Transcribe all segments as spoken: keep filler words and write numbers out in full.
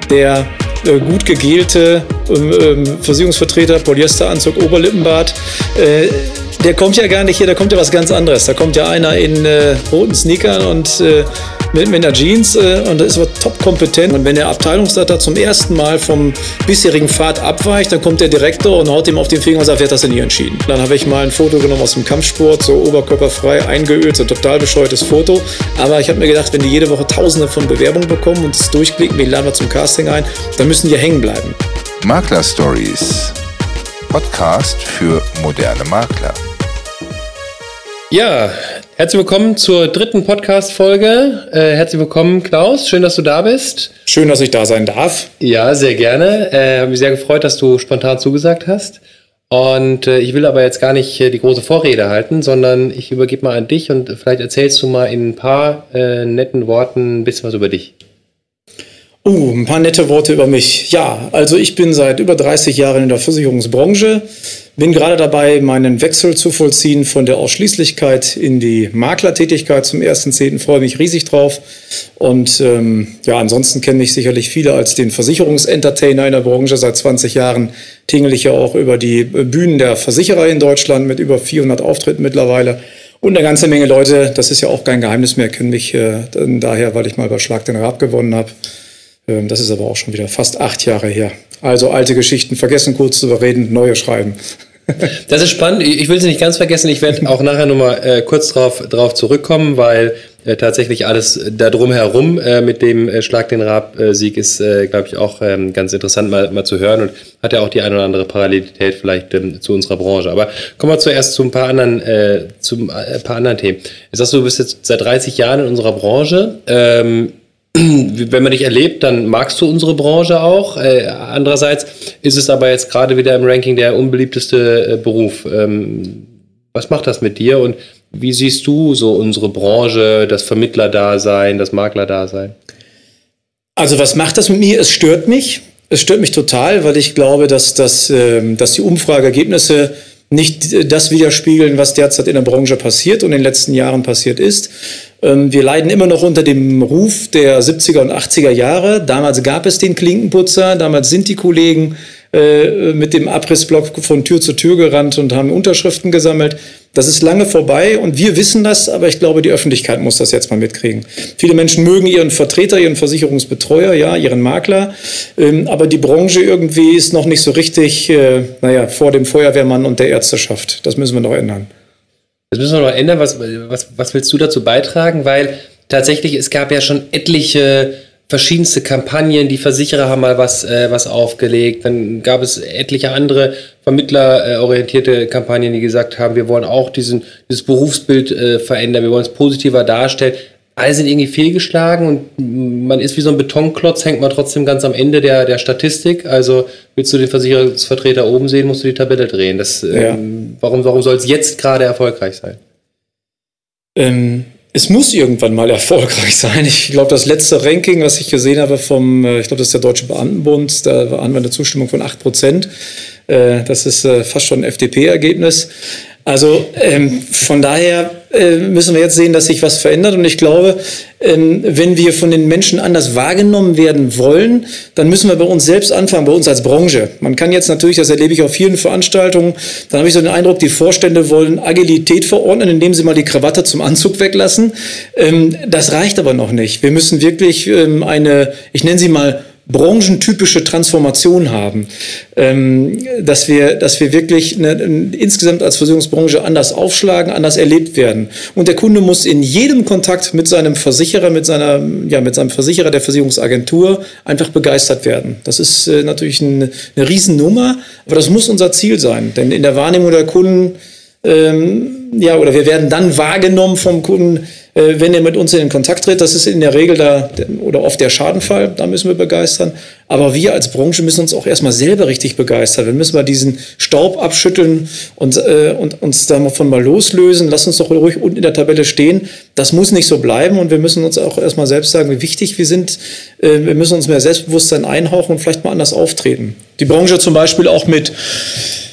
der äh, gut gegelte äh, Versicherungsvertreter, Polyesteranzug, Oberlippenbart, äh, der kommt ja gar nicht hier, da kommt ja was ganz anderes. Da kommt ja einer in äh, roten Sneakern und äh, mit, mit einer Jeans äh, und da ist aber top kompetent. Und wenn der Abteilungsleiter zum ersten Mal vom bisherigen Pfad abweicht, dann kommt der Direktor und haut ihm auf den Finger und sagt, wer hat das denn hier entschieden? Dann habe ich mal ein Foto genommen aus dem Kampfsport, so oberkörperfrei, eingeölt, so ein total bescheuertes Foto. Aber ich habe mir gedacht, wenn die jede Woche Tausende von Bewerbungen bekommen und es durchklicken, wir laden wir zum Casting ein, dann müssen die hängen bleiben. Makler Stories, Podcast für moderne Makler. Ja, herzlich willkommen zur dritten Podcast-Folge. Äh, herzlich willkommen, Klaus. Schön, dass du da bist. Schön, dass ich da sein darf. Ja, sehr gerne. Äh, habe mich sehr gefreut, dass du spontan zugesagt hast. Und äh, ich will aber jetzt gar nicht äh, die große Vorrede halten, sondern ich übergebe mal an dich und vielleicht erzählst du mal in ein paar äh, netten Worten ein bisschen was über dich. Uh, ein paar nette Worte über mich. Ja, also ich bin seit über dreißig Jahren in der Versicherungsbranche, bin gerade dabei, meinen Wechsel zu vollziehen von der Ausschließlichkeit in die Maklertätigkeit zum ersten zehnten Freue mich riesig drauf. Und ähm, ja, ansonsten kennen mich sicherlich viele als den Versicherungsentertainer in der Branche. Seit zwanzig Jahren tingle ich ja auch über die Bühnen der Versicherer in Deutschland mit über vierhundert Auftritten mittlerweile. Und eine ganze Menge Leute, das ist ja auch kein Geheimnis mehr, kennen mich äh, daher, weil ich mal bei Schlag den Raab gewonnen habe. Das ist aber auch schon wieder fast acht Jahre her. Also alte Geschichten vergessen, kurz zu überreden, neue schreiben. Das ist spannend. Ich will sie nicht ganz vergessen. Ich werde auch nachher nochmal äh, kurz drauf, drauf zurückkommen, weil äh, tatsächlich alles da drumherum äh, mit dem äh, Schlag den Raab-Sieg ist, äh, glaube ich, auch ähm, ganz interessant mal, mal zu hören und hat ja auch die eine oder andere Parallelität vielleicht ähm, zu unserer Branche. Aber kommen wir zuerst zu ein paar anderen, äh, zu ein paar anderen Themen. Jetzt sagst du, du bist jetzt seit dreißig Jahren in unserer Branche. Ähm, Wenn man dich erlebt, dann magst du unsere Branche auch. Äh, andererseits ist es aber jetzt gerade wieder im Ranking der unbeliebteste äh, Beruf. Ähm, was macht das mit dir und wie siehst du so unsere Branche, das Vermittlerdasein, das Maklerdasein? Also was macht das mit mir? Es stört mich. Es stört mich total, weil ich glaube, dass, dass, äh, dass die Umfrageergebnisse nicht das widerspiegeln, was derzeit in der Branche passiert und in den letzten Jahren passiert ist. Wir leiden immer noch unter dem Ruf der siebziger und achtziger Jahre. Damals gab es den Klinkenputzer, damals sind die Kollegen äh, mit dem Abrissblock von Tür zu Tür gerannt und haben Unterschriften gesammelt. Das ist lange vorbei und wir wissen das, aber ich glaube, die Öffentlichkeit muss das jetzt mal mitkriegen. Viele Menschen mögen ihren Vertreter, ihren Versicherungsbetreuer, ja, ihren Makler, ähm, aber die Branche irgendwie ist noch nicht so richtig, äh, naja, vor dem Feuerwehrmann und der Ärzteschaft. Das müssen wir noch ändern. Das müssen wir noch ändern. Was, was, was willst du dazu beitragen? Weil tatsächlich, es gab ja schon etliche verschiedenste Kampagnen. Die Versicherer haben mal was, äh, was aufgelegt. Dann gab es etliche andere vermittlerorientierte Kampagnen, die gesagt haben, wir wollen auch diesen, dieses Berufsbild äh, verändern. Wir wollen es positiver darstellen. Alle sind irgendwie fehlgeschlagen und man ist wie so ein Betonklotz, hängt man trotzdem ganz am Ende der, der Statistik. Also willst du den Versicherungsvertreter oben sehen, musst du die Tabelle drehen. Das, ja. ähm, warum, warum soll es jetzt gerade erfolgreich sein? Ähm, es muss irgendwann mal erfolgreich sein. Ich glaube, das letzte Ranking, was ich gesehen habe vom, ich glaube, das ist der Deutsche Beamtenbund, da haben wir eine Zustimmung von acht Prozent. Äh, das ist äh, fast schon ein F D P-Ergebnis. Also ähm, von daher äh, müssen wir jetzt sehen, dass sich was verändert. Und ich glaube, ähm, wenn wir von den Menschen anders wahrgenommen werden wollen, dann müssen wir bei uns selbst anfangen, bei uns als Branche. Man kann jetzt natürlich, das erlebe ich auf vielen Veranstaltungen, dann habe ich so den Eindruck, die Vorstände wollen Agilität verordnen, indem sie mal die Krawatte zum Anzug weglassen. Ähm, das reicht aber noch nicht. Wir müssen wirklich ähm, eine, ich nenne sie mal, branchentypische Transformation haben, ähm, dass wir, dass wir wirklich eine, eine, insgesamt als Versicherungsbranche anders aufschlagen, anders erlebt werden. Und der Kunde muss in jedem Kontakt mit seinem Versicherer, mit seiner, ja, mit seinem Versicherer der Versicherungsagentur einfach begeistert werden. Das ist äh, natürlich eine, eine Riesennummer, aber das muss unser Ziel sein, denn in der Wahrnehmung der Kunden, ähm, ja, oder wir werden dann wahrgenommen vom Kunden, äh, wenn er mit uns in Kontakt tritt. Das ist in der Regel da oder oft der Schadenfall, da müssen wir begeistern. Aber wir als Branche müssen uns auch erstmal selber richtig begeistern. Wir müssen mal diesen Staub abschütteln und, äh, und uns davon mal loslösen. Lass uns doch ruhig unten in der Tabelle stehen. Das muss nicht so bleiben und wir müssen uns auch erstmal selbst sagen, wie wichtig wir sind. Äh, wir müssen uns mehr Selbstbewusstsein einhauchen und vielleicht mal anders auftreten. Die Branche zum Beispiel auch mit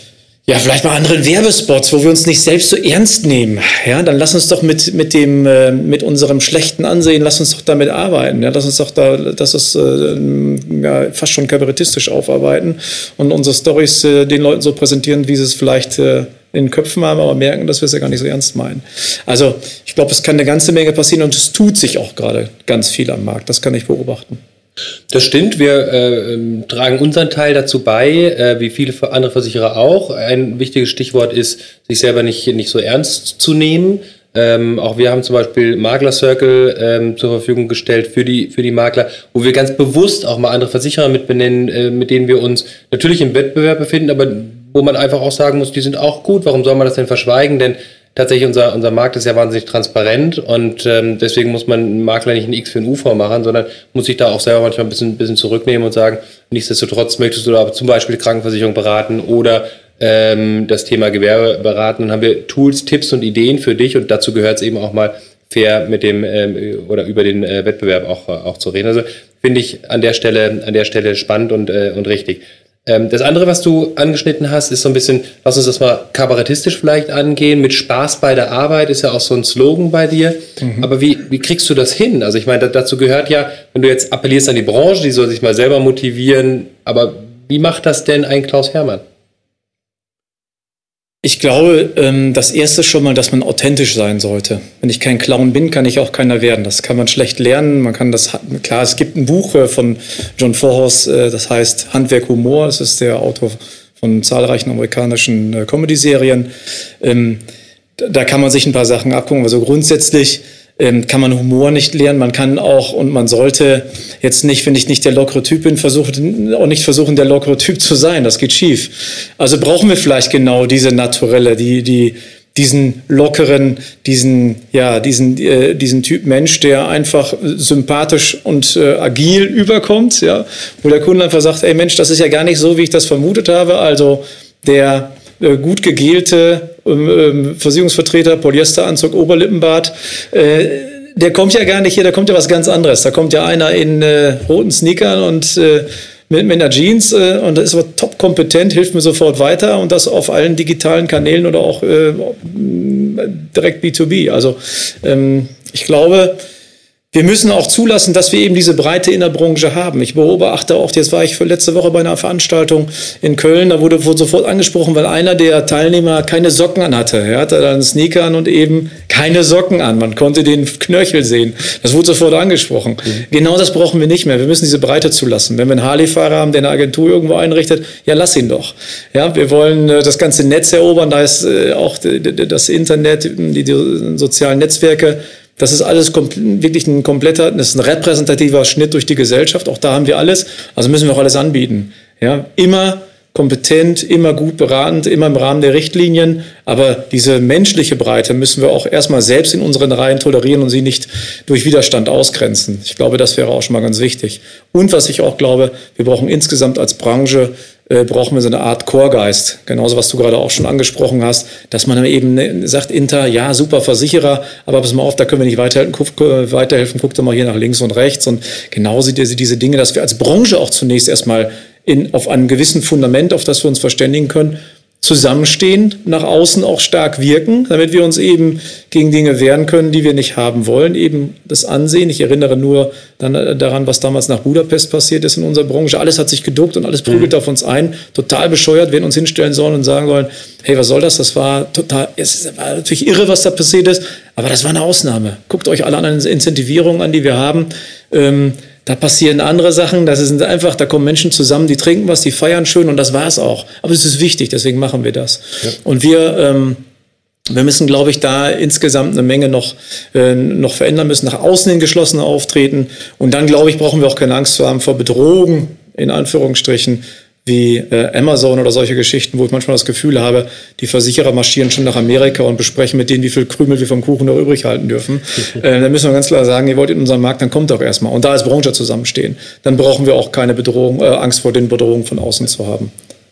Ja, vielleicht mal andere Werbespots, wo wir uns nicht selbst so ernst nehmen. Ja, dann lass uns doch mit, mit dem, äh, mit unserem schlechten Ansehen, lass uns doch damit arbeiten. Ja, lass uns doch da, das ist, äh, ja, fast schon kabarettistisch aufarbeiten und unsere Storys äh, den Leuten so präsentieren, wie sie es vielleicht äh, in den Köpfen haben, aber merken, dass wir es ja gar nicht so ernst meinen. Also, ich glaube, es kann eine ganze Menge passieren und es tut sich auch gerade ganz viel am Markt. Das kann ich beobachten. Das stimmt, wir äh, tragen unseren Teil dazu bei, äh, wie viele andere Versicherer auch. Ein wichtiges Stichwort ist, sich selber nicht, nicht so ernst zu nehmen. Ähm, auch wir haben zum Beispiel Makler Circle ähm, zur Verfügung gestellt für die, für die Makler, wo wir ganz bewusst auch mal andere Versicherer mit benennen, äh, mit denen wir uns natürlich im Wettbewerb befinden, aber wo man einfach auch sagen muss, die sind auch gut. Warum soll man das denn verschweigen? Denn tatsächlich, unser, unser Markt ist ja wahnsinnig transparent und ähm, deswegen muss man einen Makler nicht ein X für ein U vormachen, sondern muss sich da auch selber manchmal ein bisschen, ein bisschen zurücknehmen und sagen, nichtsdestotrotz möchtest du aber zum Beispiel Krankenversicherung beraten oder ähm, das Thema Gewerbe beraten. Dann haben wir Tools, Tipps und Ideen für dich und dazu gehört es eben auch mal fair mit dem ähm, oder über den äh, Wettbewerb auch, auch zu reden. Also finde ich an der Stelle, an der Stelle spannend und, äh, und richtig. Das andere, was du angeschnitten hast, ist so ein bisschen, lass uns das mal kabarettistisch vielleicht angehen, mit Spaß bei der Arbeit ist ja auch so ein Slogan bei dir. Mhm. Aber wie, wie kriegst du das hin? Also ich meine, dazu gehört ja, wenn du jetzt appellierst an die Branche, die soll sich mal selber motivieren, aber wie macht das denn ein Klaus Hermann? Ich glaube, das Erste schon mal, dass man authentisch sein sollte. Wenn ich kein Clown bin, kann ich auch keiner werden. Das kann man schlecht lernen. Man kann das, klar, es gibt ein Buch von John Forhorst, das heißt Handwerk Humor. Das ist der Autor von zahlreichen amerikanischen Comedy-Serien. Da kann man sich ein paar Sachen abgucken. Also grundsätzlich kann man Humor nicht lernen. Man kann auch und man sollte jetzt nicht, wenn ich nicht der lockere Typ bin, versuchen, auch nicht versuchen, der lockere Typ zu sein. Das geht schief. Also brauchen wir vielleicht genau diese Naturelle, die, die, diesen lockeren, diesen, ja, diesen, äh, diesen Typ Mensch, der einfach sympathisch und äh, agil überkommt, ja, wo der Kunde einfach sagt, ey Mensch, das ist ja gar nicht so, wie ich das vermutet habe. Also der äh, gut gegelte ähm, Versicherungsvertreter, Polyesteranzug, Oberlippenbart, äh, der kommt ja gar nicht hier, da kommt ja was ganz anderes. Da kommt ja einer in äh, roten Sneakern und äh, mit, mit einer Jeans äh, und das ist aber top kompetent, hilft mir sofort weiter und das auf allen digitalen Kanälen oder auch äh, direkt B zwei B. Also ähm, ich glaube, wir müssen auch zulassen, dass wir eben diese Breite in der Branche haben. Ich beobachte auch, jetzt war ich für letzte Woche bei einer Veranstaltung in Köln, da wurde, wurde sofort angesprochen, weil einer der Teilnehmer keine Socken an hatte. Er hatte dann Sneaker an und eben keine Socken an. Man konnte den Knöchel sehen. Das wurde sofort angesprochen. Mhm. Genau das brauchen wir nicht mehr. Wir müssen diese Breite zulassen. Wenn wir einen Harley-Fahrer haben, der eine Agentur irgendwo einrichtet, ja, lass ihn doch. Ja, wir wollen das ganze Netz erobern. Da ist auch das Internet, die, die sozialen Netzwerke. Das ist alles wirklich ein kompletter, das ist ein repräsentativer Schnitt durch die Gesellschaft. Auch da haben wir alles. Also müssen wir auch alles anbieten. Ja, immer kompetent, immer gut beratend, immer im Rahmen der Richtlinien. Aber diese menschliche Breite müssen wir auch erstmal selbst in unseren Reihen tolerieren und sie nicht durch Widerstand ausgrenzen. Ich glaube, das wäre auch schon mal ganz wichtig. Und was ich auch glaube, wir brauchen insgesamt als Branche Äh, brauchen wir so eine Art Chorgeist. Genauso, was du gerade auch schon angesprochen hast, dass man eben sagt, Inter, ja, super Versicherer, aber pass mal auf, da können wir nicht weiterhelfen, guck, weiterhelfen, guck doch mal hier nach links und rechts. Und genauso diese, diese Dinge, dass wir als Branche auch zunächst erstmal in, auf einem gewissen Fundament, auf das wir uns verständigen können, zusammenstehen, nach außen auch stark wirken, damit wir uns eben gegen Dinge wehren können, die wir nicht haben wollen. Eben das Ansehen. Ich erinnere nur dann daran, was damals nach Budapest passiert ist in unserer Branche. Alles hat sich geduckt und alles prügelt mhm. auf uns ein. Total bescheuert, wir uns hinstellen sollen und sagen sollen, hey, was soll das? Das war total, es war natürlich irre, was da passiert ist, aber das war eine Ausnahme. Guckt euch alle anderen Incentivierungen an, die wir haben. Ähm, Da passieren andere Sachen, das sind einfach, da kommen Menschen zusammen, die trinken was, die feiern schön und das war es auch. Aber es ist wichtig, deswegen machen wir das. Ja. Und wir, ähm, wir müssen, glaube ich, da insgesamt eine Menge noch, äh, noch verändern müssen, nach außen hin geschlossener auftreten. Und dann, glaube ich, brauchen wir auch keine Angst zu haben vor Bedrohung, in Anführungsstrichen, wie äh, Amazon oder solche Geschichten, wo ich manchmal das Gefühl habe, die Versicherer marschieren schon nach Amerika und besprechen mit denen, wie viel Krümel wir vom Kuchen noch übrig halten dürfen. äh, dann müssen wir ganz klar sagen, ihr wollt in unseren Markt, dann kommt doch erstmal. Und da als Branche zusammenstehen. Dann brauchen wir auch keine Bedrohung, äh, Angst vor den Bedrohungen von außen zu haben.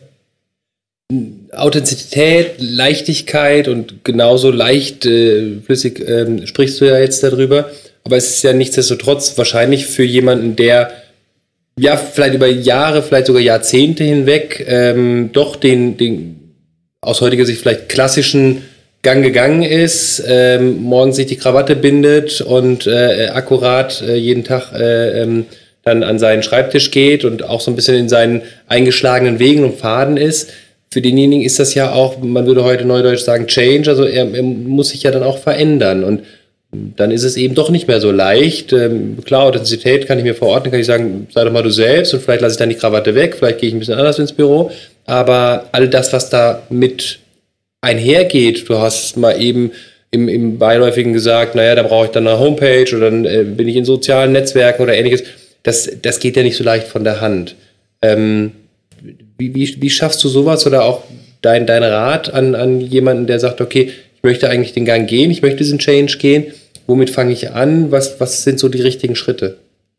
Authentizität, Leichtigkeit und genauso leicht äh, flüssig äh, sprichst du ja jetzt darüber. Aber es ist ja nichtsdestotrotz wahrscheinlich für jemanden, der ja vielleicht über Jahre, vielleicht sogar Jahrzehnte hinweg ähm, doch den, den aus heutiger Sicht vielleicht klassischen Gang gegangen ist, ähm, morgens sich die Krawatte bindet und äh, akkurat äh, jeden Tag äh, ähm, dann an seinen Schreibtisch geht und auch so ein bisschen in seinen eingeschlagenen Wegen und Pfaden ist. Für denjenigen ist das ja auch, man würde heute neudeutsch sagen, Change, also er, er muss sich ja dann auch verändern und dann ist es eben doch nicht mehr so leicht. Ähm, klar, Authentizität kann ich mir verordnen, kann ich sagen, sei doch mal du selbst und vielleicht lasse ich dann die Krawatte weg, vielleicht gehe ich ein bisschen anders ins Büro, aber all das, was da mit einhergeht, du hast mal eben im, im Beiläufigen gesagt, naja, da brauche ich dann eine Homepage oder dann äh, bin ich in sozialen Netzwerken oder ähnliches, das, das geht ja nicht so leicht von der Hand. Ähm, wie, wie, wie schaffst du sowas oder auch dein, dein Rat an, an jemanden, der sagt, okay, ich möchte eigentlich den Gang gehen, ich möchte diesen Change gehen, womit fange ich an, was, was sind so die richtigen Schritte?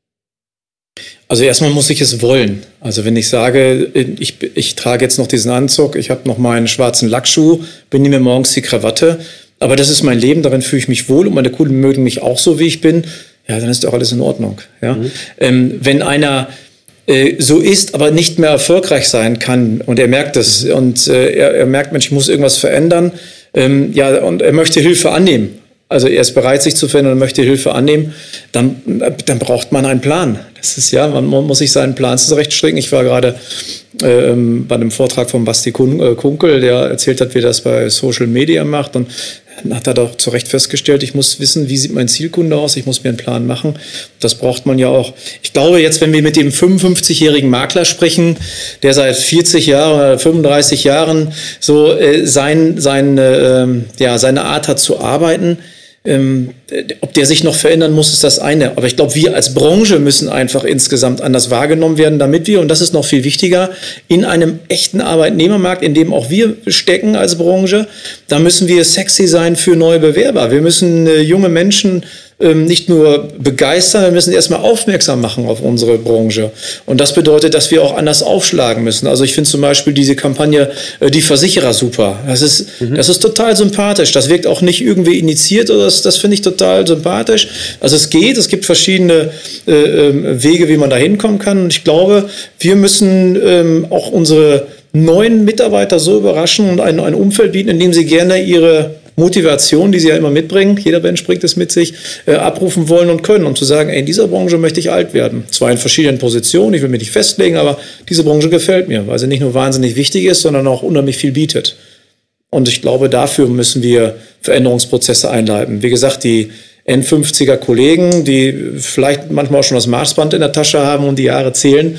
Also erstmal muss ich es wollen. Also wenn ich sage, ich, ich trage jetzt noch diesen Anzug, ich habe noch meinen schwarzen Lackschuh, benehme mir morgens die Krawatte, aber das ist mein Leben, darin fühle ich mich wohl und meine Kunden mögen mich auch so, wie ich bin, ja, dann ist doch alles in Ordnung. Ja? Mhm. Ähm, wenn einer äh, so ist, aber nicht mehr erfolgreich sein kann und er merkt das und äh, er, er merkt, Mensch, ich muss irgendwas verändern, ähm, ja, und er möchte Hilfe annehmen. Also er ist bereit, sich zu verändern und möchte Hilfe annehmen, dann, dann braucht man einen Plan. Das ist ja, man muss sich seinen Plan zurechtstricken. Ich war gerade ähm, bei einem Vortrag von Basti Kunkel, der erzählt hat, wie er das bei Social Media macht und dann hat er doch zu Recht festgestellt, ich muss wissen, wie sieht mein Zielkunde aus, ich muss mir einen Plan machen. Das braucht man ja auch. Ich glaube jetzt, wenn wir mit dem fünfundfünfzigjährigen Makler sprechen, der seit vierzig Jahren oder fünfunddreißig Jahren so äh, sein, sein, äh, ja, seine Art hat zu arbeiten, Ähm, ob der sich noch verändern muss, ist das eine. Aber ich glaube, wir als Branche müssen einfach insgesamt anders wahrgenommen werden, damit wir, und das ist noch viel wichtiger, in einem echten Arbeitnehmermarkt, in dem auch wir stecken als Branche, da müssen wir sexy sein für neue Bewerber. Wir müssen äh, junge Menschen ähm, nicht nur begeistern, wir müssen erstmal aufmerksam machen auf unsere Branche. Und das bedeutet, dass wir auch anders aufschlagen müssen. Also ich finde zum Beispiel diese Kampagne äh, Die Versicherer super. Das ist, mhm. das ist total sympathisch. Das wirkt auch nicht irgendwie initiiert oder das, das finde ich total sympathisch. Also es geht, es gibt verschiedene äh, Wege, wie man da hinkommen kann. Und ich glaube, wir müssen ähm, auch unsere neuen Mitarbeiter so überraschen und ein, ein Umfeld bieten, in dem sie gerne ihre Motivation, die sie ja immer mitbringen, jeder Mensch bringt es mit sich, äh, abrufen wollen und können, um zu sagen, ey, in dieser Branche möchte ich alt werden. Zwar in verschiedenen Positionen, ich will mich nicht festlegen, aber diese Branche gefällt mir, weil sie nicht nur wahnsinnig wichtig ist, sondern auch unheimlich viel bietet. Und ich glaube, dafür müssen wir Veränderungsprozesse einleiten. Wie gesagt, die N fünfziger Kollegen, die vielleicht manchmal auch schon das Maßband in der Tasche haben und die Jahre zählen,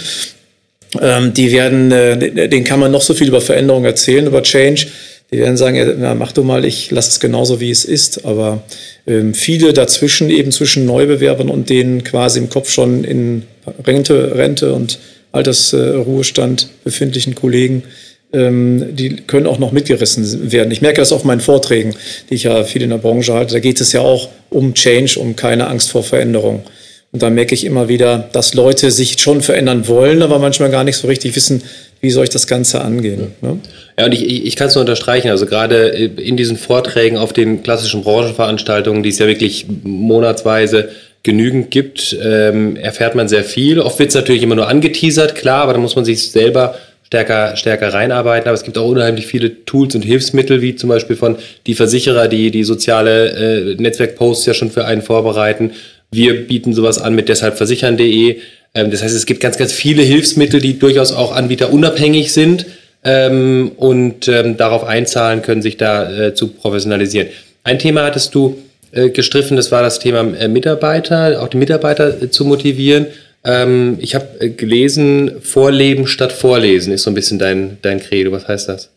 ähm, die werden, äh, denen kann man noch so viel über Veränderung erzählen, über Change. Die werden sagen, ja, mach du mal, ich lasse es genauso, wie es ist. Aber ähm, viele dazwischen, eben zwischen Neubewerbern und denen quasi im Kopf schon in Rente, Rente und Altersruhestand äh, befindlichen Kollegen, ähm, die können auch noch mitgerissen werden. Ich merke das auf meinen Vorträgen, die ich ja viel in der Branche halte. Da geht es ja auch um Change, um keine Angst vor Veränderung. Und da merke ich immer wieder, dass Leute sich schon verändern wollen, aber manchmal gar nicht so richtig wissen, wie soll ich das Ganze angehen. Ne? Ja, und ich, ich kann es nur unterstreichen, also gerade in diesen Vorträgen auf den klassischen Branchenveranstaltungen, die es ja wirklich monatsweise genügend gibt, ähm, erfährt man sehr viel. Oft wird es natürlich immer nur angeteasert, klar, aber da muss man sich selber stärker, stärker reinarbeiten. Aber es gibt auch unheimlich viele Tools und Hilfsmittel, wie zum Beispiel von die Versicherer, die die soziale äh, Netzwerkposts ja schon für einen vorbereiten. Wir bieten sowas an mit deshalb versichern punkt de. Ähm, das heißt, es gibt ganz, ganz viele Hilfsmittel, die durchaus auch anbieterunabhängig sind ähm, und ähm, darauf einzahlen können, sich da äh, zu professionalisieren. Ein Thema hattest du äh, gestriffen, das war das Thema äh, Mitarbeiter, auch die Mitarbeiter äh, zu motivieren. Ähm, ich habe äh, gelesen, Vorleben statt Vorlesen ist so ein bisschen dein, dein Credo. Was heißt das?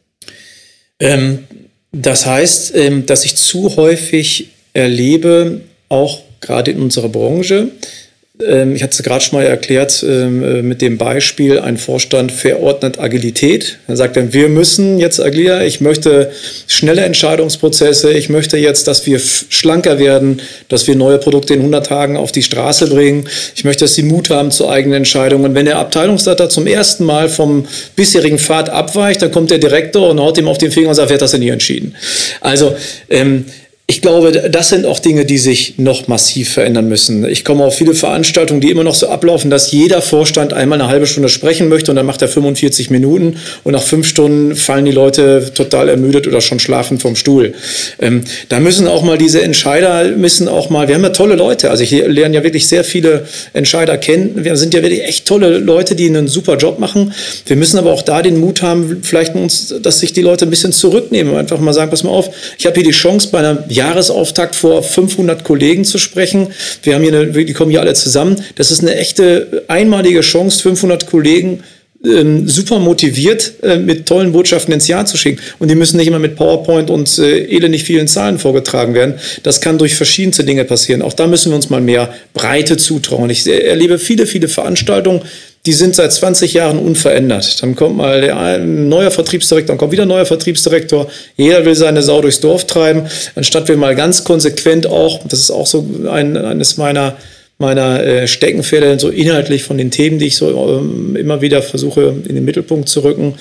Ähm, das heißt, ähm, dass ich zu häufig erlebe, auch gerade in unserer Branche. Ich hatte es gerade schon mal erklärt mit dem Beispiel, ein Vorstand verordnet Agilität. Er sagt dann, wir müssen jetzt agiler, ich möchte schnelle Entscheidungsprozesse, ich möchte jetzt, dass wir schlanker werden, dass wir neue Produkte in hundert Tagen auf die Straße bringen. Ich möchte, dass sie Mut haben zu eigenen Entscheidungen. Und wenn der Abteilungsleiter zum ersten Mal vom bisherigen Pfad abweicht, dann kommt der Direktor und haut ihm auf den Finger und sagt, wer hat das denn hier entschieden? Also, ähm, ich glaube, das sind auch Dinge, die sich noch massiv verändern müssen. Ich komme auf viele Veranstaltungen, die immer noch so ablaufen, dass jeder Vorstand einmal eine halbe Stunde sprechen möchte und dann macht er fünfundvierzig Minuten und nach fünf Stunden fallen die Leute total ermüdet oder schon schlafend vom Stuhl. Ähm, da müssen auch mal diese Entscheider, müssen auch mal, wir haben ja tolle Leute, also ich lerne ja wirklich sehr viele Entscheider kennen, wir sind ja wirklich echt tolle Leute, die einen super Job machen. Wir müssen aber auch da den Mut haben, vielleicht uns, dass sich die Leute ein bisschen zurücknehmen und einfach mal sagen, pass mal auf, ich habe hier die Chance, bei einer Jahresauftakt vor fünfhundert Kollegen zu sprechen. Wir haben hier eine, die kommen hier alle zusammen. Das ist eine echte einmalige Chance, fünfhundert Kollegen ähm, super motiviert äh, mit tollen Botschaften ins Jahr zu schicken. Und die müssen nicht immer mit PowerPoint und äh, elendig vielen Zahlen vorgetragen werden. Das kann durch verschiedenste Dinge passieren. Auch da müssen wir uns mal mehr Breite zutrauen. Ich erlebe viele, viele Veranstaltungen, die sind seit zwanzig Jahren unverändert. Dann kommt mal der, ein neuer Vertriebsdirektor, dann kommt wieder ein neuer Vertriebsdirektor. Jeder will seine Sau durchs Dorf treiben. Anstatt wir mal ganz konsequent auch, das ist auch so ein, eines meiner, meiner äh, Steckenpferde, so inhaltlich von den Themen, die ich so ähm, immer wieder versuche in den Mittelpunkt zu rücken.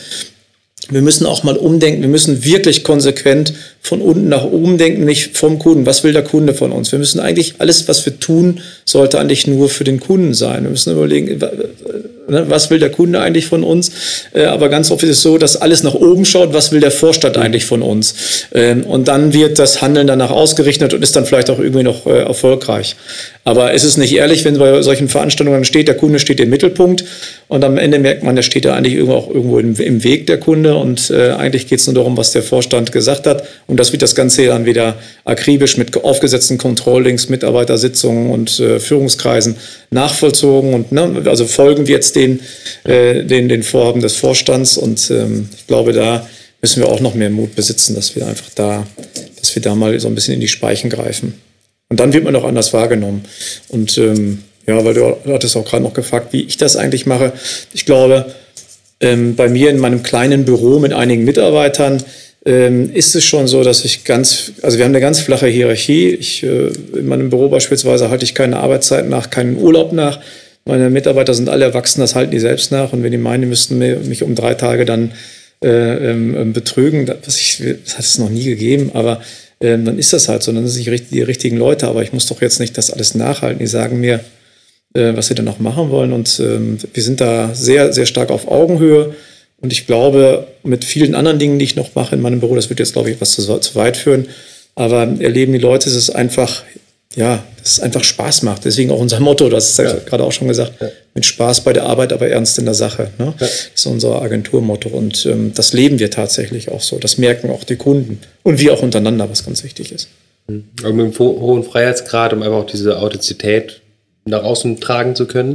Wir müssen auch mal umdenken. Wir müssen wirklich konsequent von unten nach oben denken, nicht vom Kunden. Was will der Kunde von uns? Wir müssen eigentlich, alles, was wir tun, sollte eigentlich nur für den Kunden sein. Wir müssen überlegen, was will der Kunde eigentlich von uns? Aber ganz oft ist es so, dass alles nach oben schaut, was will der Vorstand eigentlich von uns? Und dann wird das Handeln danach ausgerichtet und ist dann vielleicht auch irgendwie noch erfolgreich. Aber es ist nicht ehrlich, wenn bei solchen Veranstaltungen steht, der Kunde steht im Mittelpunkt und am Ende merkt man, der steht da eigentlich irgendwo auch irgendwo im, im Weg, der Kunde, und äh, eigentlich geht es nur darum, was der Vorstand gesagt hat, und das wird das Ganze dann wieder akribisch mit aufgesetzten Controllings, Mitarbeitersitzungen und äh, Führungskreisen nachvollzogen, und ne, also folgen wir jetzt den, äh, den, den Vorhaben des Vorstands, und ähm, ich glaube, da müssen wir auch noch mehr Mut besitzen, dass wir einfach da, dass wir da mal so ein bisschen in die Speichen greifen. Und dann wird man auch anders wahrgenommen. Und ähm, ja, weil du hattest auch gerade noch gefragt, wie ich das eigentlich mache. Ich glaube, ähm, bei mir in meinem kleinen Büro mit einigen Mitarbeitern ähm, ist es schon so, dass ich ganz, also wir haben eine ganz flache Hierarchie. Ich, äh, in meinem Büro beispielsweise halte ich keine Arbeitszeit nach, keinen Urlaub nach. Meine Mitarbeiter sind alle erwachsen, das halten die selbst nach. Und wenn die meinen, die müssten mich um drei Tage dann äh, ähm, betrügen, das, ich, das hat es noch nie gegeben, aber Ähm, dann ist das halt so, dann sind es nicht die richtigen Leute, aber ich muss doch jetzt nicht das alles nachhalten. Die sagen mir, äh, was sie dann noch machen wollen, und ähm, wir sind da sehr, sehr stark auf Augenhöhe, und ich glaube, mit vielen anderen Dingen, die ich noch mache in meinem Büro, das wird jetzt, glaube ich, etwas zu, zu weit führen, aber erleben die Leute, dass es einfach, ja, dass es einfach Spaß macht. Deswegen auch unser Motto, das ist ja gerade auch schon gesagt, ja. Mit Spaß bei der Arbeit, aber ernst in der Sache. Ne? Ja. Das ist unser Agenturmotto, und ähm, das leben wir tatsächlich auch so. Das merken auch die Kunden und wir auch untereinander, was ganz wichtig ist. Aber mit einem hohen Freiheitsgrad, um einfach auch diese Authentizität nach außen tragen zu können.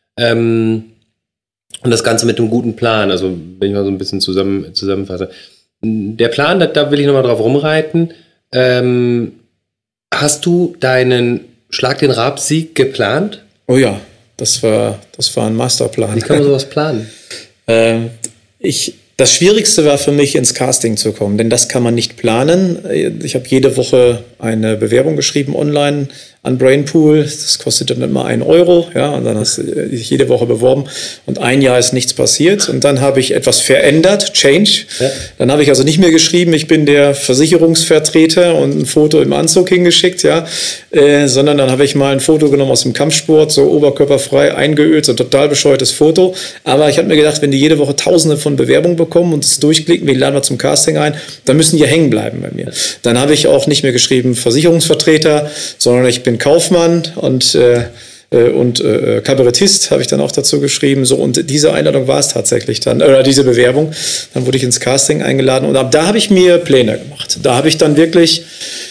Ähm, und das Ganze mit einem guten Plan, also wenn ich mal so ein bisschen zusammen, zusammenfasse. Der Plan, da, da will ich nochmal drauf rumreiten. Ähm, hast du deinen Schlag den Raab-Sieg geplant? Oh ja, das war, das war ein Masterplan. Wie kann man sowas planen? äh, ich, das Schwierigste war für mich, ins Casting zu kommen, denn das kann man nicht planen. Ich habe jede Woche eine Bewerbung geschrieben online an Brainpool. Das kostet dann immer einen Euro, ja, und dann hast du dich jede Woche beworben, und ein Jahr ist nichts passiert, und dann habe ich etwas verändert, Change. Ja. Dann habe ich also nicht mehr geschrieben, ich bin der Versicherungsvertreter und ein Foto im Anzug hingeschickt, ja, äh, sondern dann habe ich mal ein Foto genommen aus dem Kampfsport, so oberkörperfrei, eingeölt, so ein total bescheuertes Foto. Aber ich habe mir gedacht, wenn die jede Woche Tausende von Bewerbungen bekommen und es durchklicken, wir laden wir zum Casting ein, dann müssen die hängen bleiben bei mir. Dann habe ich auch nicht mehr geschrieben Versicherungsvertreter, sondern ich bin Kaufmann und äh, und äh, Kabarettist habe ich dann auch dazu geschrieben. So, und diese Einladung war es tatsächlich dann, oder diese Bewerbung. Dann wurde ich ins Casting eingeladen, und ab da habe ich mir Pläne gemacht. Da habe ich dann wirklich,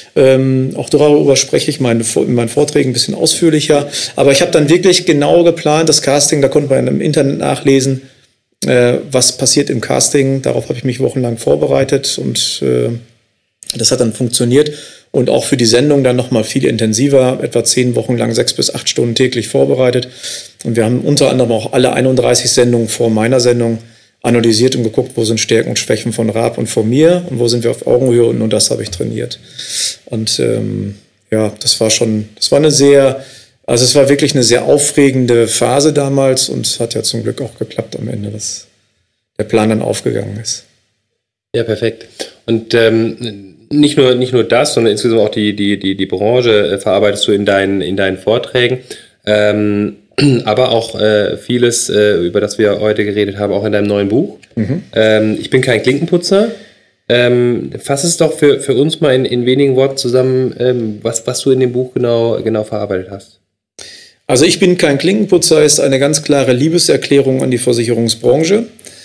ähm, auch darüber spreche ich meine, in meinen Vorträgen ein bisschen ausführlicher, aber ich habe dann wirklich genau geplant, das Casting, da konnte man im Internet nachlesen, äh, was passiert im Casting. Darauf habe ich mich wochenlang vorbereitet, und äh, das hat dann funktioniert. Und auch für die Sendung dann nochmal viel intensiver, etwa zehn Wochen lang, sechs bis acht Stunden täglich vorbereitet. Und wir haben unter anderem auch alle einunddreißig Sendungen vor meiner Sendung analysiert und geguckt, wo sind Stärken und Schwächen von Raab und von mir und wo sind wir auf Augenhöhe, und nur das habe ich trainiert. Und ähm, ja, das war schon, das war eine sehr, also es war wirklich eine sehr aufregende Phase damals, und es hat ja zum Glück auch geklappt am Ende, dass der Plan dann aufgegangen ist. Ja, perfekt. Und ähm, nicht nur, nicht nur das, sondern insgesamt auch die, die, die, die Branche äh, verarbeitest du in deinen, in deinen Vorträgen. Ähm, aber auch äh, vieles, äh, über das wir heute geredet haben, auch in deinem neuen Buch. Mhm. Ähm, ich bin kein Klinkenputzer. Ähm, fass es doch für, für uns mal in, in wenigen Worten zusammen, ähm, was, was du in dem Buch genau, genau verarbeitet hast. Also ich bin kein Klinkenputzer ist eine ganz klare Liebeserklärung an die Versicherungsbranche,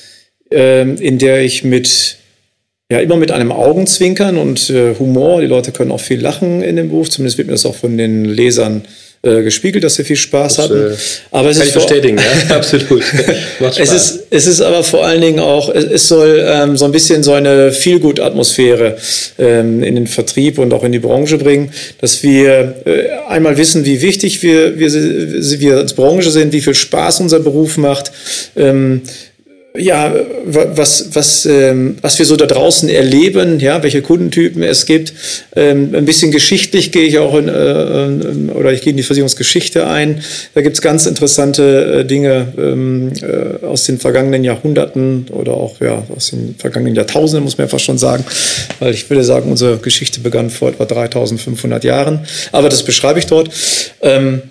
ähm, in der ich mit ja immer mit einem Augenzwinkern und äh, Humor, die Leute können auch viel lachen in dem Buch, zumindest wird mir das auch von den Lesern äh, gespiegelt, dass sie viel Spaß das, hatten. Äh, aber es kann ist ich bestätigen, ja, absolut. Macht Spaß. Es ist, es ist aber vor allen Dingen auch, es, es soll ähm, so ein bisschen so eine Feel-Good-Atmosphäre ähm, in den Vertrieb und auch in die Branche bringen, dass wir äh, einmal wissen, wie wichtig wir, wir, wir als Branche sind, wie viel Spaß unser Beruf macht, ähm, ja, was, was, ähm, was wir so da draußen erleben, ja, welche Kundentypen es gibt. Ähm, ein bisschen geschichtlich gehe ich auch in, äh, oder ich gehe in die Versicherungsgeschichte ein. Da gibt's ganz interessante äh, Dinge ähm, äh, aus den vergangenen Jahrhunderten oder auch ja, aus den vergangenen Jahrtausenden, muss man ja fast schon sagen. Weil ich würde sagen, unsere Geschichte begann vor etwa dreitausendfünfhundert Jahren. Aber das beschreibe ich dort. Ähm,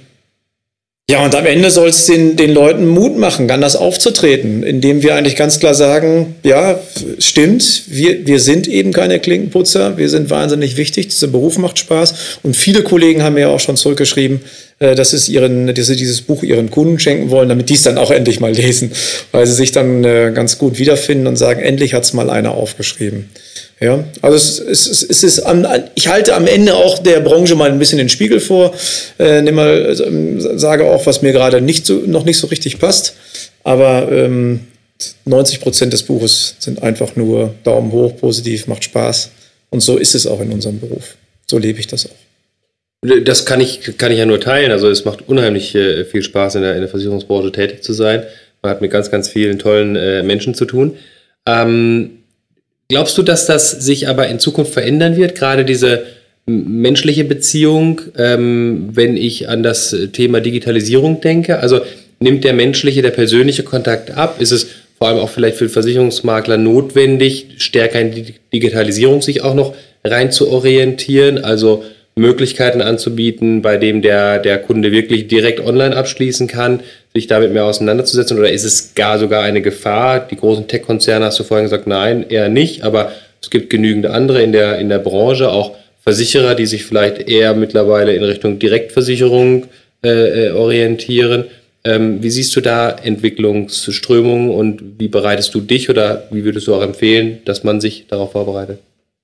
Ja, und am Ende soll es den, den Leuten Mut machen, anders aufzutreten, indem wir eigentlich ganz klar sagen, ja, stimmt, wir, wir sind eben keine Klinkenputzer, wir sind wahnsinnig wichtig, dieser Beruf macht Spaß. Und viele Kollegen haben mir auch schon zurückgeschrieben, äh, dass, es ihren, dass sie dieses Buch ihren Kunden schenken wollen, damit die es dann auch endlich mal lesen, weil sie sich dann äh, ganz gut wiederfinden und sagen, endlich hat es mal einer aufgeschrieben. Ja, also es, es, es ist am, ich halte am Ende auch der Branche mal ein bisschen den Spiegel vor, äh, nimm mal, äh, sage auch, was mir gerade nicht so, noch nicht so richtig passt, aber ähm, neunzig Prozent des Buches sind einfach nur Daumen hoch, positiv, macht Spaß und so ist es auch in unserem Beruf. So lebe ich das auch. Das kann ich, kann ich ja nur teilen, also es macht unheimlich äh, viel Spaß in der, in der Versicherungsbranche tätig zu sein. Man hat mit ganz, ganz vielen tollen äh, Menschen zu tun. Ähm, Glaubst du, dass das sich aber in Zukunft verändern wird, gerade diese menschliche Beziehung, ähm, wenn ich an das Thema Digitalisierung denke? Also nimmt der menschliche, der persönliche Kontakt ab? Ist es vor allem auch vielleicht für Versicherungsmakler notwendig, stärker in die Digitalisierung sich auch noch rein zu orientieren, also Möglichkeiten anzubieten, bei dem der, der Kunde wirklich direkt online abschließen kann, sich damit mehr auseinanderzusetzen? Oder ist es gar sogar eine Gefahr? Die großen Tech-Konzerne, hast du vorhin gesagt, nein, eher nicht, aber es gibt genügend andere in der, in der Branche, auch Versicherer, die sich vielleicht eher mittlerweile in Richtung Direktversicherung äh, orientieren. Ähm, wie siehst du da Entwicklungsströmungen und wie bereitest du dich oder wie würdest du auch empfehlen, dass man sich darauf vorbereitet?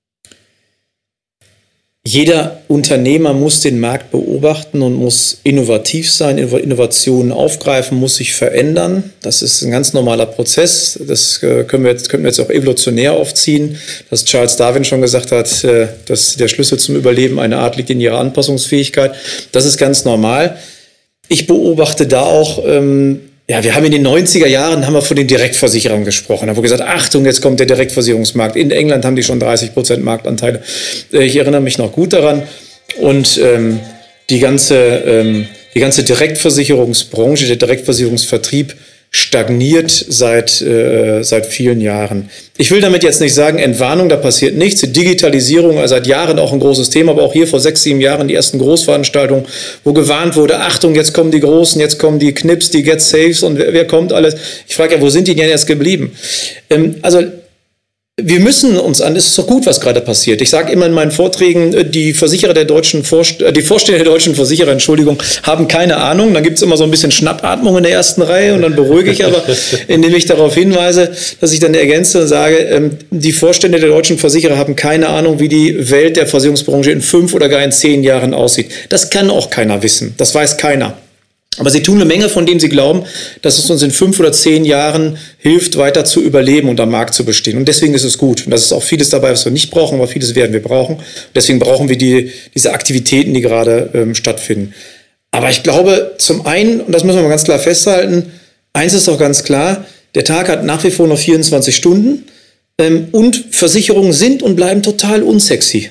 Jeder Unternehmer muss den Markt beobachten und muss innovativ sein, Innovationen aufgreifen, muss sich verändern. Das ist ein ganz normaler Prozess. Das können wir jetzt, können wir jetzt auch evolutionär aufziehen. Dass Charles Darwin schon gesagt hat, dass der Schlüssel zum Überleben eine Art liegt in ihrer Anpassungsfähigkeit. Das ist ganz normal. Ich beobachte da auch, ähm, ja, wir haben in den neunziger Jahren haben wir von den Direktversicherern gesprochen. Da haben wir gesagt, Achtung, jetzt kommt der Direktversicherungsmarkt. In England haben die schon dreißig Prozent Marktanteile. Ich erinnere mich noch gut daran. Und ähm, die ganze, ähm, die ganze Direktversicherungsbranche, der Direktversicherungsvertrieb stagniert seit, äh, seit vielen Jahren. Ich will damit jetzt nicht sagen, Entwarnung, da passiert nichts. Die Digitalisierung, also seit Jahren auch ein großes Thema, aber auch hier vor sechs, sieben Jahren die ersten Großveranstaltungen, wo gewarnt wurde, Achtung, jetzt kommen die Großen, jetzt kommen die Knips, die Get Safes und wer, wer kommt alles? Ich frage ja, wo sind die denn jetzt geblieben? Ähm, also wir müssen uns an, es ist doch gut, was gerade passiert. Ich sage immer in meinen Vorträgen, die Versicherer der deutschen Vorst- die Vorstände der deutschen Versicherer, Entschuldigung, haben keine Ahnung. Dann gibt es immer so ein bisschen Schnappatmung in der ersten Reihe und dann beruhige ich aber, indem ich darauf hinweise, dass ich dann ergänze und sage, die Vorstände der deutschen Versicherer haben keine Ahnung, wie die Welt der Versicherungsbranche in fünf oder gar in zehn Jahren aussieht. Das kann auch keiner wissen. Das weiß keiner. Aber sie tun eine Menge, von denen sie glauben, dass es uns in fünf oder zehn Jahren hilft, weiter zu überleben und am Markt zu bestehen. Und deswegen ist es gut. Und das ist auch vieles dabei, was wir nicht brauchen, aber vieles werden wir brauchen. Deswegen brauchen wir die, diese Aktivitäten, die gerade ähm, stattfinden. Aber ich glaube, zum einen, und das müssen wir mal ganz klar festhalten, eins ist doch ganz klar, der Tag hat nach wie vor noch vierundzwanzig Stunden ähm, und Versicherungen sind und bleiben total unsexy.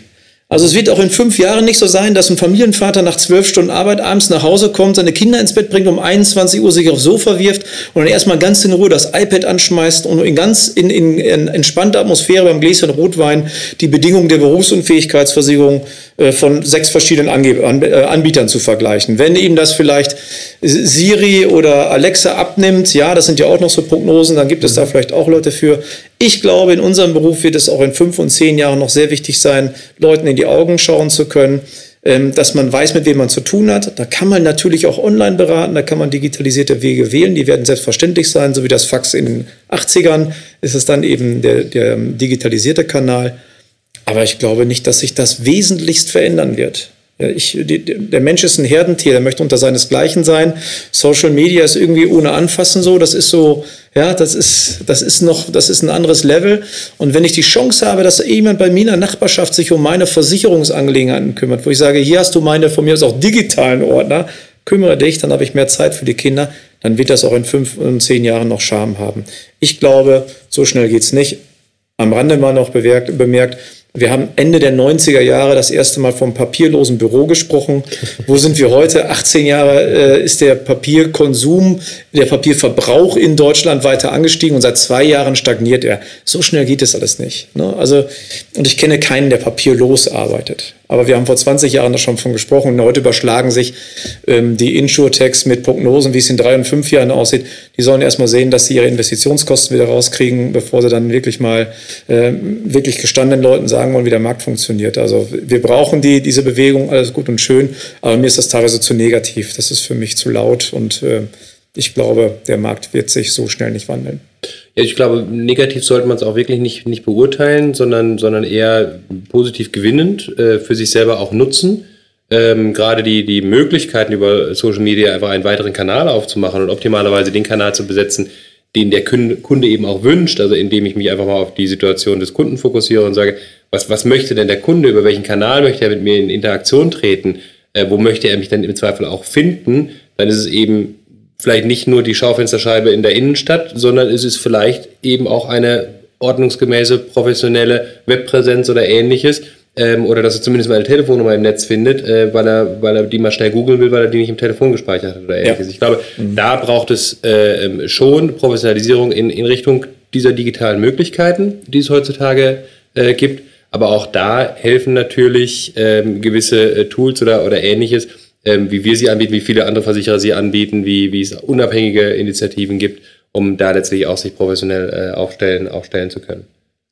Also es wird auch in fünf Jahren nicht so sein, dass ein Familienvater nach zwölf Stunden Arbeit abends nach Hause kommt, seine Kinder ins Bett bringt, um einundzwanzig Uhr sich aufs Sofa wirft und dann erstmal ganz in Ruhe das iPad anschmeißt und in ganz in, in, in entspannter Atmosphäre beim Gläschen Rotwein die Bedingungen der Berufsunfähigkeitsversicherung äh, von sechs verschiedenen Ange- An- äh, Anbietern zu vergleichen. Wenn ihm das vielleicht Siri oder Alexa abnimmt, ja, das sind ja auch noch so Prognosen, dann gibt es da vielleicht auch Leute für. Ich glaube, in unserem Beruf wird es auch in fünf und zehn Jahren noch sehr wichtig sein, Leuten in die Augen schauen zu können, ähm, dass man weiß, mit wem man zu tun hat. Da kann man natürlich auch online beraten, da kann man digitalisierte Wege wählen, die werden selbstverständlich sein, so wie das Fax in den achtzigern ist es dann eben der, der digitalisierte Kanal. Aber ich glaube nicht, dass sich das wesentlichst verändern wird. Ich, die, der Mensch ist ein Herdentier, der möchte unter seinesgleichen sein. Social Media ist irgendwie ohne Anfassen so, das ist so, ja, das ist, das ist noch, das ist ein anderes Level. Und wenn ich die Chance habe, dass jemand bei mir in der Nachbarschaft sich um meine Versicherungsangelegenheiten kümmert, wo ich sage, hier hast du meine, von mir aus auch digitalen Ordner, kümmere dich, dann habe ich mehr Zeit für die Kinder, dann wird das auch in fünf und zehn Jahren noch Charme haben. Ich glaube, so schnell geht's nicht. Am Rande mal noch bemerkt, bemerkt wir haben Ende der neunziger Jahre das erste Mal vom papierlosen Büro gesprochen. Wo sind wir heute? achtzehn Jahre äh, ist der Papierkonsum, der Papierverbrauch in Deutschland weiter angestiegen und seit zwei Jahren stagniert er. So schnell geht es alles nicht. Ne? Also, und ich kenne keinen, der papierlos arbeitet. Aber wir haben vor zwanzig Jahren da schon von gesprochen und heute überschlagen sich ähm, die Insurtechs mit Prognosen, wie es in drei und fünf Jahren aussieht. Die sollen erstmal sehen, dass sie ihre Investitionskosten wieder rauskriegen, bevor sie dann wirklich mal äh, wirklich gestandenen Leuten sagen wollen, wie der Markt funktioniert. Also wir brauchen die, diese Bewegung, alles gut und schön, aber mir ist das teilweise zu negativ. Das ist für mich zu laut und äh, ich glaube, der Markt wird sich so schnell nicht wandeln. Ja, ich glaube, negativ sollte man es auch wirklich nicht, nicht beurteilen, sondern, sondern eher positiv gewinnend, äh, für sich selber auch nutzen. Ähm, gerade die, die Möglichkeiten über Social Media einfach einen weiteren Kanal aufzumachen und optimalerweise den Kanal zu besetzen, den der Kunde eben auch wünscht, also indem ich mich einfach mal auf die Situation des Kunden fokussiere und sage, was, was möchte denn der Kunde, über welchen Kanal möchte er mit mir in Interaktion treten, äh, wo möchte er mich dann im Zweifel auch finden, dann ist es eben vielleicht nicht nur die Schaufensterscheibe in der Innenstadt, sondern es ist vielleicht eben auch eine ordnungsgemäße, professionelle Webpräsenz oder ähnliches, ähm, oder dass er zumindest mal eine Telefonnummer im Netz findet, äh, weil er, weil er die mal schnell googeln will, weil er die nicht im Telefon gespeichert hat oder ähnliches. Ja. Ich glaube, mhm. da braucht es äh, schon Professionalisierung in, in Richtung dieser digitalen Möglichkeiten, die es heutzutage äh, gibt. Aber auch da helfen natürlich ähm, gewisse äh, Tools oder, oder ähnliches, ähm, wie wir sie anbieten, wie viele andere Versicherer sie anbieten, wie, wie es unabhängige Initiativen gibt, um da letztlich auch sich professionell äh, aufstellen, aufstellen zu können.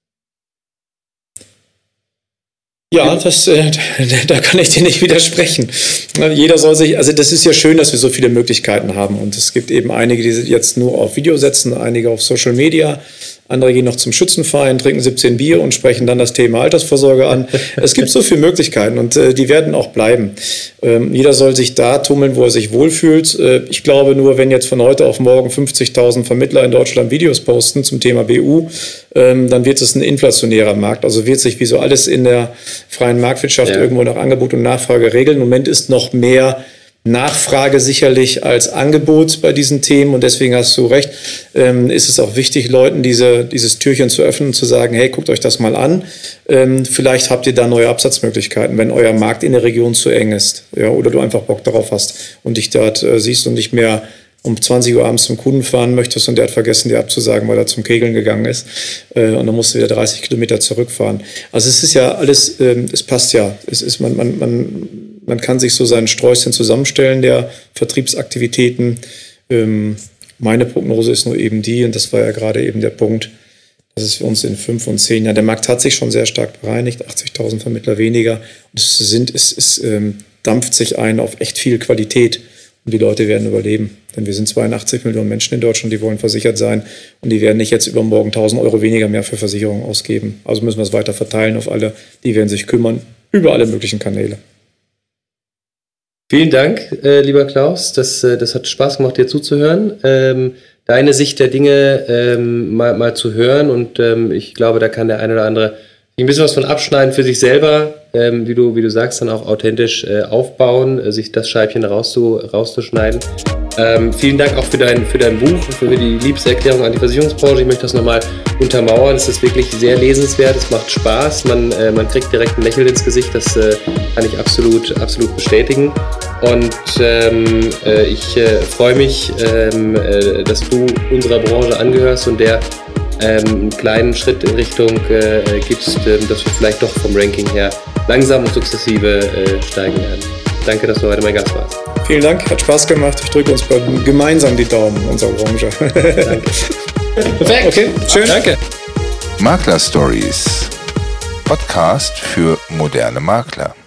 Ja, das, äh, da kann ich dir nicht widersprechen. Jeder soll sich, also das ist ja schön, dass wir so viele Möglichkeiten haben und es gibt eben einige, die jetzt nur auf Video setzen, einige auf Social Media, andere gehen noch zum Schützenverein, trinken siebzehn Bier und sprechen dann das Thema Altersvorsorge an. Es gibt so viele Möglichkeiten und äh, die werden auch bleiben. Ähm, jeder soll sich da tummeln, wo er sich wohlfühlt. Äh, ich glaube nur, wenn jetzt von heute auf morgen fünfzigtausend Vermittler in Deutschland Videos posten zum Thema B U, ähm, dann wird es ein inflationärer Markt. Also wird sich wie so alles in der freien Marktwirtschaft ja. irgendwo nach Angebot und Nachfrage regeln. Im Moment ist noch mehr Nachfrage sicherlich als Angebot bei diesen Themen und deswegen hast du recht, ähm, ist es auch wichtig, Leuten diese, dieses Türchen zu öffnen und zu sagen, hey, guckt euch das mal an, ähm, vielleicht habt ihr da neue Absatzmöglichkeiten, wenn euer Markt in der Region zu eng ist, ja, oder du einfach Bock darauf hast und dich dort äh, siehst und nicht mehr um zwanzig Uhr abends zum Kunden fahren möchtest und der hat vergessen, dir abzusagen, weil er zum Kegeln gegangen ist äh, und dann musst du wieder dreißig Kilometer zurückfahren. Also es ist ja alles, ähm, es passt ja, es ist, man, man, man Man kann sich so sein Sträußchen zusammenstellen der Vertriebsaktivitäten. Ähm, meine Prognose ist nur eben die, und das war ja gerade eben der Punkt, dass es für uns in fünf und zehn Jahren, der Markt hat sich schon sehr stark bereinigt, achtzigtausend Vermittler weniger. Und es, sind, es, es ähm, dampft sich ein auf echt viel Qualität und die Leute werden überleben. Denn wir sind zweiundachtzig Millionen Menschen in Deutschland, die wollen versichert sein und die werden nicht jetzt übermorgen tausend Euro weniger mehr für Versicherungen ausgeben. Also müssen wir es weiter verteilen auf alle, die werden sich kümmern über alle möglichen Kanäle. Vielen Dank, äh, lieber Klaus. Das, äh, das hat Spaß gemacht, dir zuzuhören. Ähm, deine Sicht der Dinge ähm, mal, mal zu hören und ähm, ich glaube, da kann der eine oder andere ein bisschen was von abschneiden für sich selber, ähm, wie du, wie du sagst, dann auch authentisch äh, aufbauen, äh, sich das Scheibchen rauszu, rauszuschneiden. Ähm, vielen Dank auch für dein, für dein Buch, für die Liebeserklärung an die Versicherungsbranche. Ich möchte das nochmal untermauern. Es ist wirklich sehr lesenswert, es macht Spaß, man, äh, man kriegt direkt ein Lächeln ins Gesicht, das äh, kann ich absolut, absolut bestätigen. Und ähm, äh, ich äh, freue mich, ähm, äh, dass du unserer Branche angehörst und der ähm, einen kleinen Schritt in Richtung äh, gibst, äh, dass wir vielleicht doch vom Ranking her langsam und sukzessive äh, steigen werden. Danke, dass du heute mein Gast warst. Vielen Dank, hat Spaß gemacht. Ich drücke uns gemeinsam die Daumen in unserer Branche. Danke. Perfekt. Okay, schön. Danke. Makler Stories. Podcast für moderne Makler.